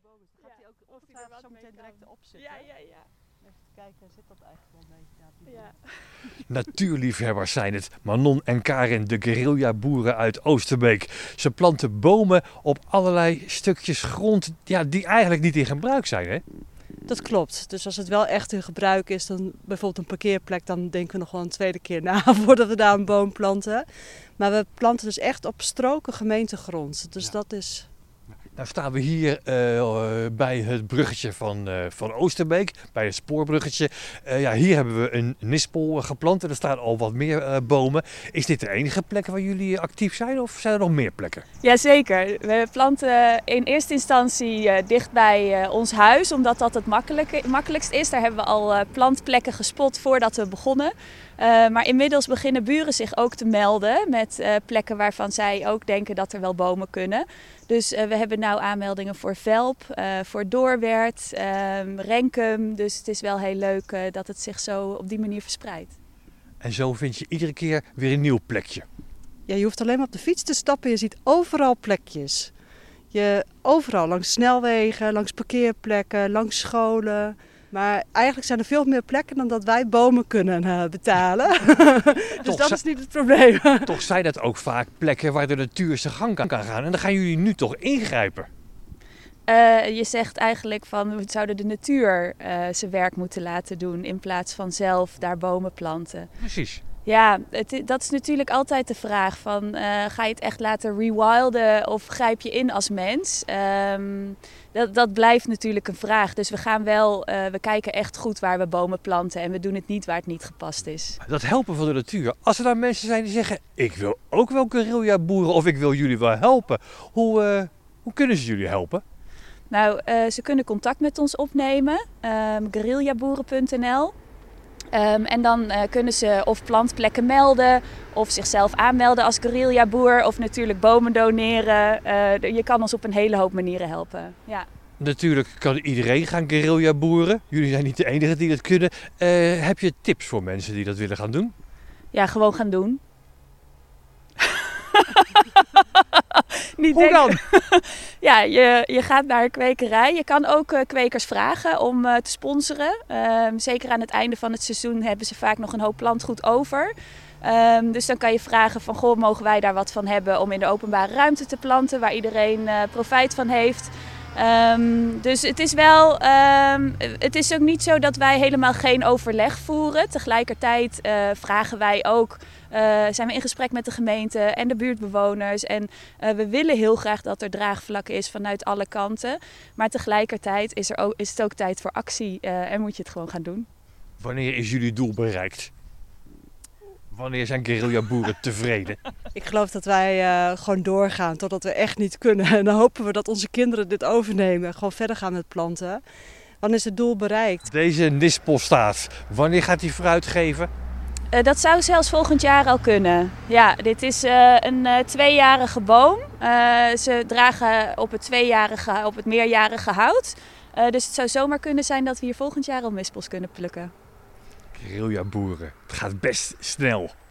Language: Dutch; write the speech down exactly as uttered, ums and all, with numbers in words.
boom is. Dan gaat hij ook of of hij er wat zo mee meteen kan. direct opzitten. Ja, ja, ja. Even te kijken, zit dat eigenlijk wel een beetje? Ja, die ja. Natuurliefhebbers zijn het, Manon en Karin, de guerrilla-boeren uit Oosterbeek. Ze planten bomen op allerlei stukjes grond ja, die eigenlijk niet in gebruik zijn, hè? Dat klopt. Dus als het wel echt in gebruik is, dan bijvoorbeeld een parkeerplek, dan denken we nog wel een tweede keer na voordat we daar een boom planten. Maar we planten dus echt op stroken gemeentegrond. Dus Ja. dat is... Nou staan we hier uh, bij het bruggetje van, uh, van Oosterbeek, bij het spoorbruggetje. Uh, ja, hier hebben we een nispel geplant en er staan al wat meer uh, bomen. Is dit de enige plek waar jullie actief zijn of zijn er nog meer plekken? Jazeker. We planten in eerste instantie uh, dicht bij uh, ons huis, omdat dat het makkelijk, makkelijkst is. Daar hebben we al uh, plantplekken gespot voordat we begonnen. Uh, maar inmiddels beginnen buren zich ook te melden met uh, plekken waarvan zij ook denken dat er wel bomen kunnen. Dus uh, we hebben nu aanmeldingen voor Velp, uh, voor Doorwerth, uh, Renkum. Dus het is wel heel leuk uh, dat het zich zo op die manier verspreidt. En zo vind je iedere keer weer een nieuw plekje. Ja, je hoeft alleen maar op de fiets te stappen. Je ziet overal plekjes. Je, overal, langs snelwegen, langs parkeerplekken, langs scholen. Maar eigenlijk zijn er veel meer plekken dan dat wij bomen kunnen uh, betalen. dus Toch dat zi- is niet het probleem. Toch zijn dat ook vaak plekken waar de natuur zijn gang kan kan gaan. En dan gaan jullie nu toch ingrijpen. Uh, je zegt eigenlijk van we zouden de natuur uh, zijn werk moeten laten doen in plaats van zelf daar bomen planten. Precies. Ja, het, dat is natuurlijk altijd de vraag van uh, ga je het echt laten rewilden of grijp je in als mens? Um, dat, dat blijft natuurlijk een vraag. Dus we gaan wel, uh, we kijken echt goed waar we bomen planten en we doen het niet waar het niet gepast is. Dat helpen van de natuur. Als er dan mensen zijn die zeggen, ik wil ook wel guerrilla boeren of ik wil jullie wel helpen. Hoe, uh, hoe kunnen ze jullie helpen? Nou, uh, ze kunnen contact met ons opnemen, um, guerrillaboeren punt n l. Um, en dan uh, kunnen ze of plantplekken melden of zichzelf aanmelden als guerrillaboer of natuurlijk bomen doneren. Uh, je kan ons op een hele hoop manieren helpen. Ja. Natuurlijk kan iedereen gaan guerrilla boeren. Jullie zijn niet de enige die dat kunnen. Uh, heb je tips voor mensen die dat willen gaan doen? Ja, gewoon gaan doen. Niet Hoe dan? ja, je, je gaat naar een kwekerij. Je kan ook uh, kwekers vragen om uh, te sponsoren. Um, zeker aan het einde van het seizoen hebben ze vaak nog een hoop plantgoed over. Um, dus dan kan je vragen van, goh, mogen wij daar wat van hebben om in de openbare ruimte te planten waar iedereen uh, profijt van heeft. Um, dus het is wel, um, het is ook niet zo dat wij helemaal geen overleg voeren. Tegelijkertijd uh, vragen wij ook, uh, zijn we in gesprek met de gemeente en de buurtbewoners. En uh, we willen heel graag dat er draagvlak is vanuit alle kanten. Maar tegelijkertijd is, er ook, is het ook tijd voor actie uh, en moet je het gewoon gaan doen. Wanneer is jullie doel bereikt? Wanneer zijn guerrilla boeren tevreden? Ik geloof dat wij uh, gewoon doorgaan totdat we echt niet kunnen. En dan hopen we dat onze kinderen dit overnemen. Gewoon verder gaan met planten. Wanneer is het doel bereikt? Deze nispel staat. Wanneer gaat hij fruit geven? Uh, dat zou zelfs volgend jaar al kunnen. Ja, dit is uh, een uh, tweejarige boom. Uh, ze dragen op het, tweejarige, op het meerjarige hout. Uh, dus het zou zomaar kunnen zijn dat we hier volgend jaar al mispels kunnen plukken. Guerrilla boeren. Het gaat best snel.